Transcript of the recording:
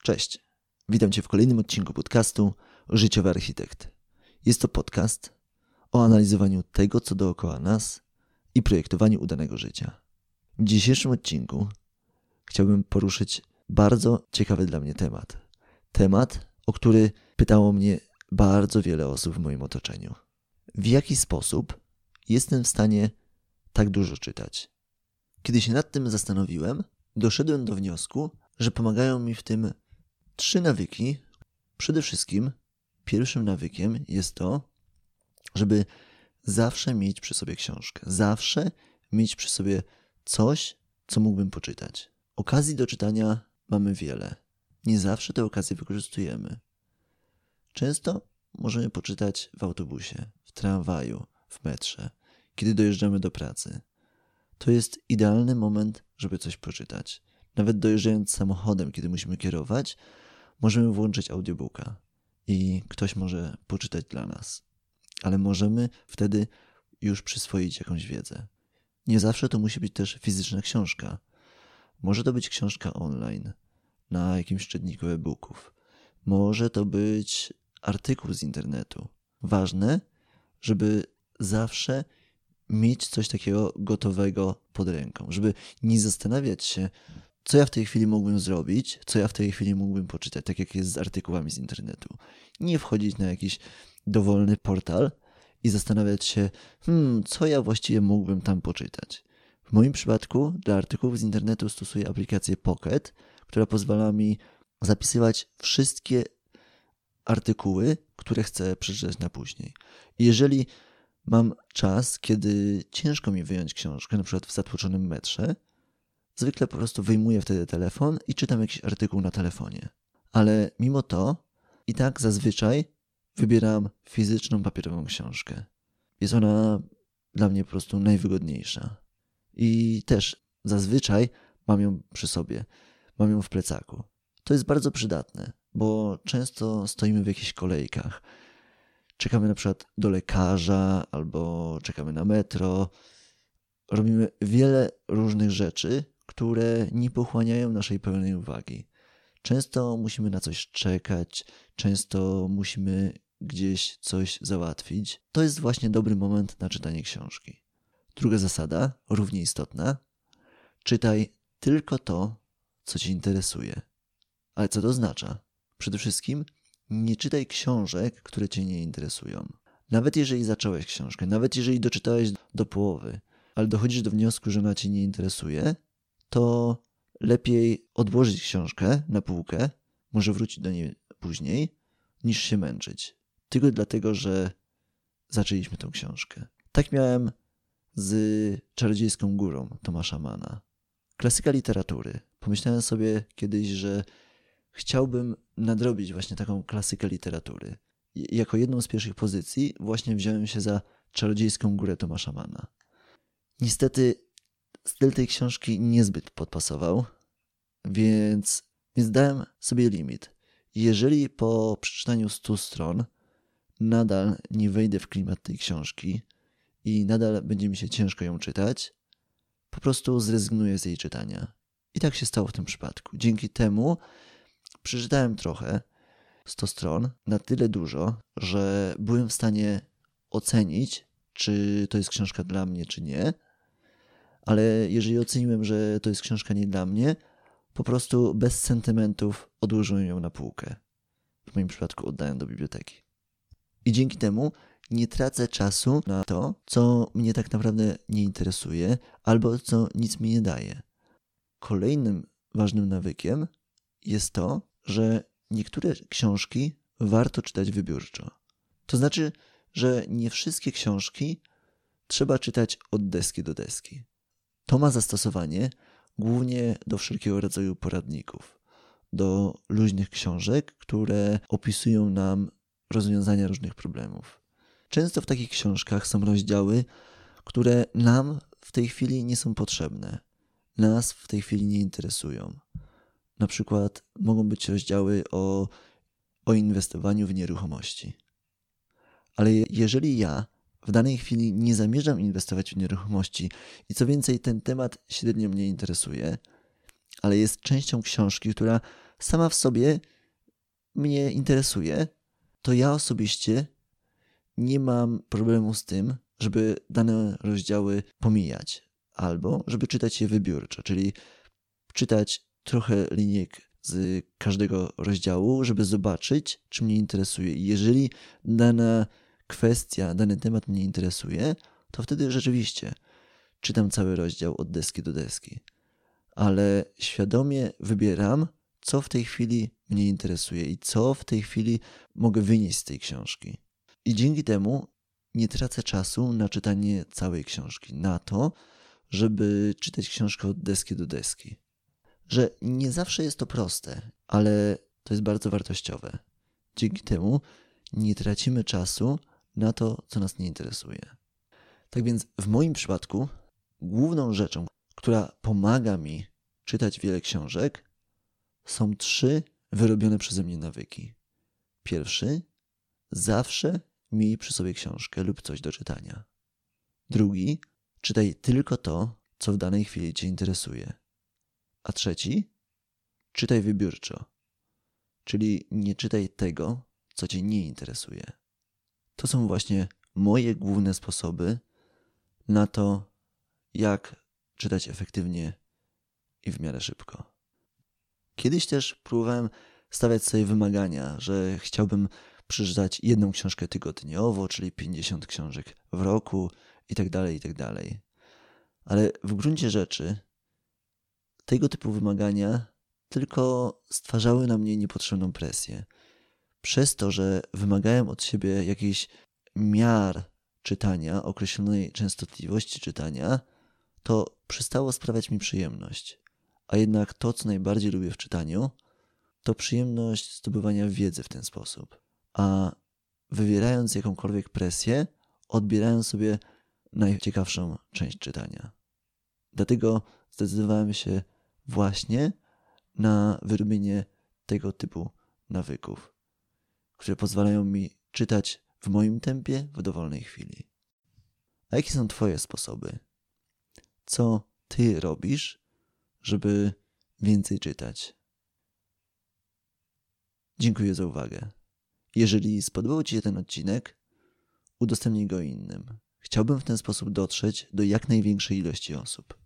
Cześć, witam Cię w kolejnym odcinku podcastu Życiowy Architekt. Jest to podcast o analizowaniu tego, co dookoła nas i projektowaniu udanego życia. W dzisiejszym odcinku chciałbym poruszyć bardzo ciekawy dla mnie temat. Temat, o który pytało mnie bardzo wiele osób w moim otoczeniu. W jaki sposób jestem w stanie tak dużo czytać? Kiedy się nad tym zastanowiłem, doszedłem do wniosku, że pomagają mi w tym 3 nawyki. Przede wszystkim pierwszym nawykiem jest to, żeby zawsze mieć przy sobie książkę. Zawsze mieć przy sobie coś, co mógłbym poczytać. Okazji do czytania mamy wiele. Nie zawsze te okazje wykorzystujemy. Często możemy poczytać w autobusie, w tramwaju, w metrze, kiedy dojeżdżamy do pracy. To jest idealny moment, żeby coś poczytać. Nawet dojeżdżając samochodem, kiedy musimy kierować, możemy włączyć audiobooka i ktoś może poczytać dla nas. Ale możemy wtedy już przyswoić jakąś wiedzę. Nie zawsze to musi być też fizyczna książka. Może to być książka online, na jakimś czytniku e-booków. Może to być artykuł z internetu. Ważne, żeby zawsze mieć coś takiego gotowego pod ręką. Żeby nie zastanawiać się, co ja w tej chwili mógłbym zrobić, co ja w tej chwili mógłbym poczytać, tak jak jest z artykułami z internetu. Nie wchodzić na jakiś dowolny portal i zastanawiać się, co ja właściwie mógłbym tam poczytać. W moim przypadku dla artykułów z internetu stosuję aplikację Pocket, która pozwala mi zapisywać wszystkie artykuły, które chcę przeczytać na później. I jeżeli mam czas, kiedy ciężko mi wyjąć książkę, na przykład w zatłoczonym metrze, zwykle po prostu wyjmuję wtedy telefon i czytam jakiś artykuł na telefonie. Ale mimo to i tak zazwyczaj wybieram fizyczną papierową książkę. Jest ona dla mnie po prostu najwygodniejsza. I też zazwyczaj mam ją przy sobie, mam ją w plecaku. To jest bardzo przydatne, bo często stoimy w jakichś kolejkach. Czekamy na przykład do lekarza albo czekamy na metro. Robimy wiele różnych rzeczy, które nie pochłaniają naszej pełnej uwagi. Często musimy na coś czekać, często musimy gdzieś coś załatwić. To jest właśnie dobry moment na czytanie książki. Druga zasada, równie istotna. Czytaj tylko to, co Cię interesuje. Ale co to oznacza? Przede wszystkim nie czytaj książek, które Cię nie interesują. Nawet jeżeli zacząłeś książkę, nawet jeżeli doczytałeś do połowy, ale dochodzisz do wniosku, że ona Cię nie interesuje, to lepiej odłożyć książkę na półkę, może wrócić do niej później, niż się męczyć. Tylko dlatego, że zaczęliśmy tę książkę. Tak miałem z Czarodziejską Górą Tomasza Manna. Klasyka literatury. Pomyślałem sobie kiedyś, że chciałbym nadrobić właśnie taką klasykę literatury. Jako jedną z pierwszych pozycji właśnie wziąłem się za Czarodziejską Górę Tomasza Manna. Niestety styl tej książki niezbyt podpasował, więc dałem sobie limit. Jeżeli po przeczytaniu 100 stron nadal nie wejdę w klimat tej książki i nadal będzie mi się ciężko ją czytać, po prostu zrezygnuję z jej czytania. I tak się stało w tym przypadku. Dzięki temu przeczytałem trochę, 100 stron, na tyle dużo, że byłem w stanie ocenić, czy to jest książka dla mnie, czy nie. Ale jeżeli oceniłem, że to jest książka nie dla mnie, po prostu bez sentymentów odłożyłem ją na półkę. W moim przypadku oddałem do biblioteki. I dzięki temu nie tracę czasu na to, co mnie tak naprawdę nie interesuje, albo co nic mi nie daje. Kolejnym ważnym nawykiem jest to, że niektóre książki warto czytać wybiórczo. To znaczy, że nie wszystkie książki trzeba czytać od deski do deski. To ma zastosowanie głównie do wszelkiego rodzaju poradników, do luźnych książek, które opisują nam rozwiązania różnych problemów. Często w takich książkach są rozdziały, które nam w tej chwili nie są potrzebne, nas w tej chwili nie interesują. Na przykład mogą być rozdziały o inwestowaniu w nieruchomości. Ale jeżeli ja w danej chwili nie zamierzam inwestować w nieruchomości i co więcej ten temat średnio mnie interesuje, ale jest częścią książki, która sama w sobie mnie interesuje, to ja osobiście nie mam problemu z tym, żeby dane rozdziały pomijać albo żeby czytać je wybiórczo, czyli czytać trochę linijek z każdego rozdziału, żeby zobaczyć, czy mnie interesuje. I jeżeli dana kwestia, dany temat mnie interesuje, to wtedy rzeczywiście czytam cały rozdział od deski do deski. Ale świadomie wybieram, co w tej chwili mnie interesuje i co w tej chwili mogę wynieść z tej książki. I dzięki temu nie tracę czasu na czytanie całej książki, na to, żeby czytać książkę od deski do deski. Że nie zawsze jest to proste, ale to jest bardzo wartościowe. Dzięki temu nie tracimy czasu na to, co nas nie interesuje. Tak więc w moim przypadku główną rzeczą, która pomaga mi czytać wiele książek, są 3 wyrobione przeze mnie nawyki. Pierwszy, zawsze miej przy sobie książkę lub coś do czytania. Drugi, czytaj tylko to, co w danej chwili Cię interesuje. A trzeci, czytaj wybiórczo, czyli nie czytaj tego, co Cię nie interesuje. To są właśnie moje główne sposoby na to, jak czytać efektywnie i w miarę szybko. Kiedyś też próbowałem stawiać sobie wymagania, że chciałbym przeczytać 1 książkę tygodniowo, czyli 50 książek w roku itd. Ale w gruncie rzeczy tego typu wymagania tylko stwarzały na mnie niepotrzebną presję. Przez to, że wymagałem od siebie jakichś miar czytania, określonej częstotliwości czytania, to przestało sprawiać mi przyjemność. A jednak to, co najbardziej lubię w czytaniu, to przyjemność zdobywania wiedzy w ten sposób. A wywierając jakąkolwiek presję, odbierałem sobie najciekawszą część czytania. Dlatego zdecydowałem się właśnie na wyrobienie tego typu nawyków, które pozwalają mi czytać w moim tempie w dowolnej chwili. A jakie są Twoje sposoby? Co Ty robisz, żeby więcej czytać? Dziękuję za uwagę. Jeżeli spodobał Ci się ten odcinek, udostępnij go innym. Chciałbym w ten sposób dotrzeć do jak największej ilości osób.